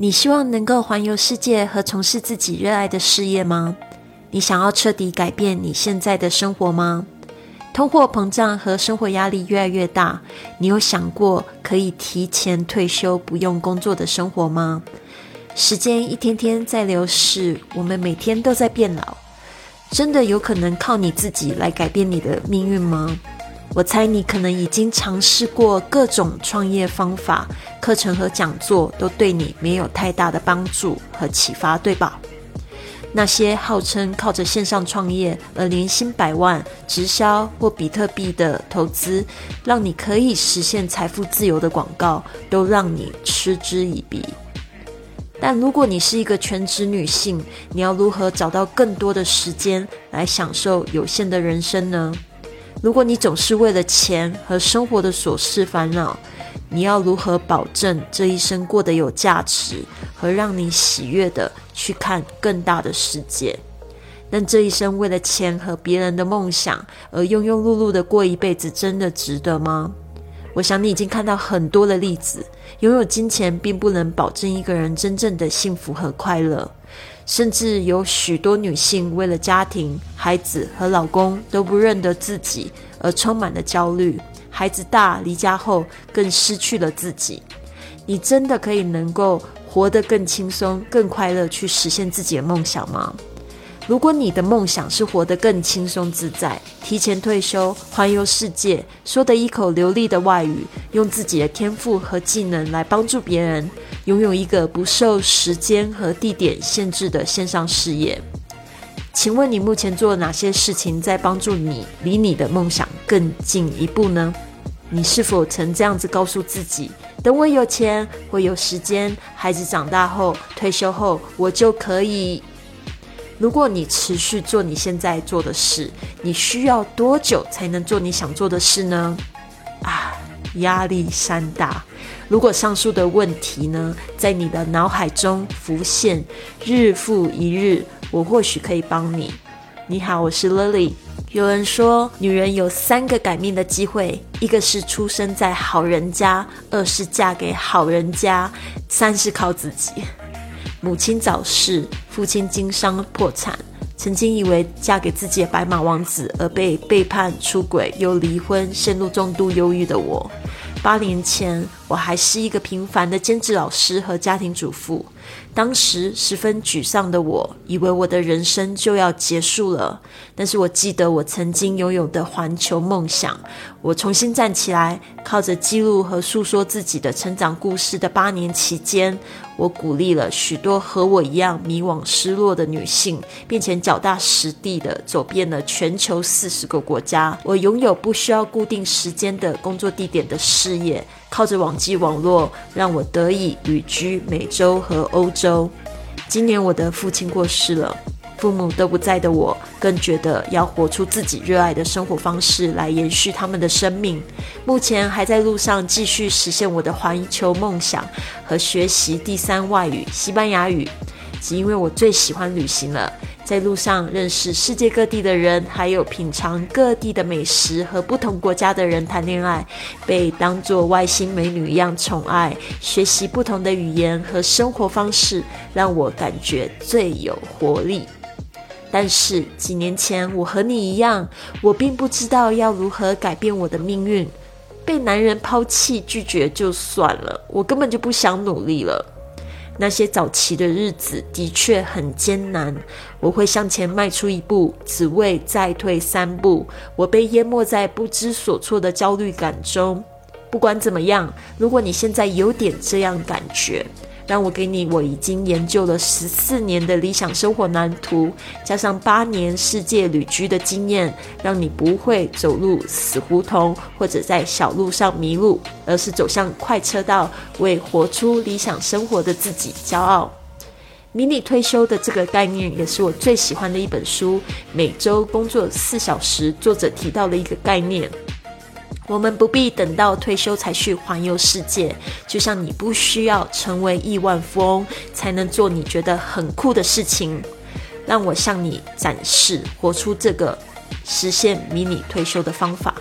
你希望能够环游世界和从事自己热爱的事业吗？你想要彻底改变你现在的生活吗？通货膨胀和生活压力越来越大，你有想过可以提前退休不用工作的生活吗？时间一天天在流逝，我们每天都在变老，真的有可能靠你自己来改变你的命运吗？我猜你可能已经尝试过各种创业方法，课程和讲座都对你没有太大的帮助和启发，对吧？那些号称靠着线上创业而年薪100万、直销或比特币的投资，让你可以实现财富自由的广告，都让你嗤之以鼻。但如果你是一个全职女性，你要如何找到更多的时间来享受有限的人生呢？如果你总是为了钱和生活的琐事烦恼，你要如何保证这一生过得有价值和让你喜悦的去看更大的世界？但这一生为了钱和别人的梦想而庸庸碌碌的过一辈子，真的值得吗？我想你已经看到很多的例子，拥有金钱并不能保证一个人真正的幸福和快乐，甚至有许多女性为了家庭、孩子和老公都不认得自己而充满了焦虑，孩子大离家后更失去了自己。你真的可以能够活得更轻松、更快乐去实现自己的梦想吗？如果你的梦想是活得更轻松自在，提前退休，环游世界，说得一口流利的外语，用自己的天赋和技能来帮助别人，拥有一个不受时间和地点限制的线上事业，请问你目前做了哪些事情在帮助你离你的梦想更进一步呢？你是否曾这样子告诉自己，等我有钱，我有时间，孩子长大后，退休后，我就可以。如果你持续做你现在做的事，你需要多久才能做你想做的事呢？压力山大。如果上述的问题呢，在你的脑海中浮现，日复一日，我或许可以帮你。你好，我是 Lily。有人说，女人有3个改命的机会，一个是出生在好人家，2是嫁给好人家，3是靠自己。母亲早逝，父亲经商破产，曾经以为嫁给自己的白马王子而被背叛、出轨又离婚，陷入重度忧郁的我。8年前，我还是一个平凡的兼职老师和家庭主妇。当时十分沮丧的我，以为我的人生就要结束了。但是我记得我曾经拥有的环球梦想。我重新站起来，靠着记录和诉说自己的成长故事的8年期间，我鼓励了许多和我一样迷惘失落的女性，并且脚踏实地的走遍了全球40个国家。我拥有不需要固定时间的工作地点的事业，靠着网际网络让我得以旅居美洲和欧洲。今年我的父亲过世了，父母都不在的我，更觉得要活出自己热爱的生活方式来延续他们的生命。目前还在路上继续实现我的环球梦想和学习第3外语西班牙语，只因为我最喜欢旅行了，在路上认识世界各地的人，还有品尝各地的美食，和不同国家的人谈恋爱，被当作外星美女一样宠爱，学习不同的语言和生活方式，让我感觉最有活力。但是几年前，我和你一样，我并不知道要如何改变我的命运。被男人抛弃拒绝就算了，我根本就不想努力了。那些早期的日子的确很艰难，我会向前迈出1步，只为再退3步。我被淹没在不知所措的焦虑感中。不管怎么样，如果你现在有点这样感觉，让我给你我已经研究了14年的理想生活蓝图，加上8年世界旅居的经验，让你不会走入死胡同或者在小路上迷路，而是走向快车道，为活出理想生活的自己骄傲。迷你退休的这个概念也是我最喜欢的一本书，每周工作4小时，作者提到的一个概念。我们不必等到退休才去环游世界，就像你不需要成为亿万富翁才能做你觉得很酷的事情。让我向你展示活出这个实现迷你退休的方法。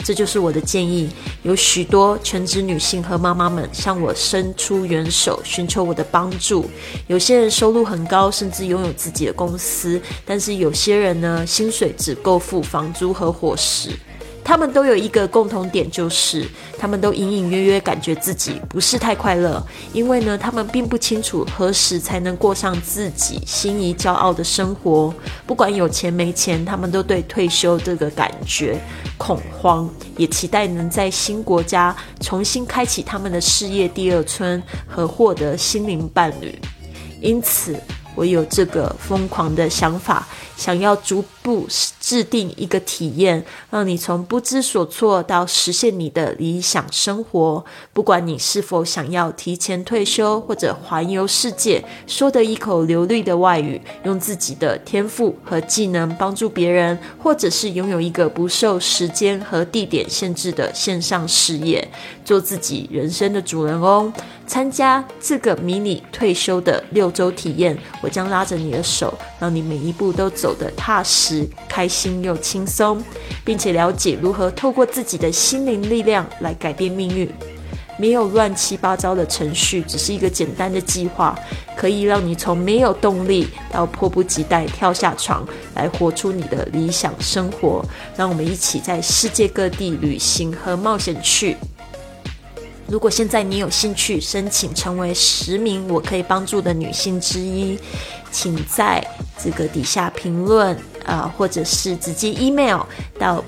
这就是我的建议。有许多全职女性和妈妈们向我伸出援手，寻求我的帮助。有些人收入很高，甚至拥有自己的公司，但是有些人呢，薪水只够付房租和伙食。他们都有一个共同点，就是他们都隐隐约约感觉自己不是太快乐，因为呢，他们并不清楚何时才能过上自己心仪骄傲的生活。不管有钱没钱，他们都对退休这个感觉恐慌，也期待能在新国家重新开启他们的事业第二春和获得心灵伴侣。因此我有这个疯狂的想法，想要逐步制定一个体验，让你从不知所措到实现你的理想生活。不管你是否想要提前退休，或者环游世界，说得一口流利的外语，用自己的天赋和技能帮助别人，或者是拥有一个不受时间和地点限制的线上事业，做自己人生的主人翁。参加这个迷你退休的6周体验，我将拉着你的手，让你每一步都走得踏实、开心又轻松，并且了解如何透过自己的心灵力量来改变命运。没有乱七八糟的程序，只是一个简单的计划，可以让你从没有动力到迫不及待跳下床，来活出你的理想生活。让我们一起在世界各地旅行和冒险去。如果现在你有兴趣申请成为10名我可以帮助的女性之一，请在这个底下评论或者是直接 email 到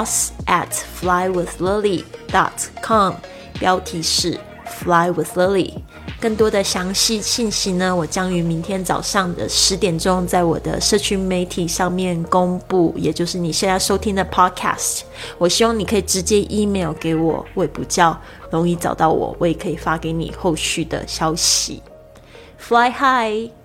boss@flywithlily.com， 标题是 Fly with Lily。 更多的详细信息呢，我将于明天早上的10点钟在我的社群媒体上面公布，也就是你现在收听的 podcast。 我希望你可以直接 email 给我，我也比较容易找到我，我也可以发给你后续的消息。 Fly high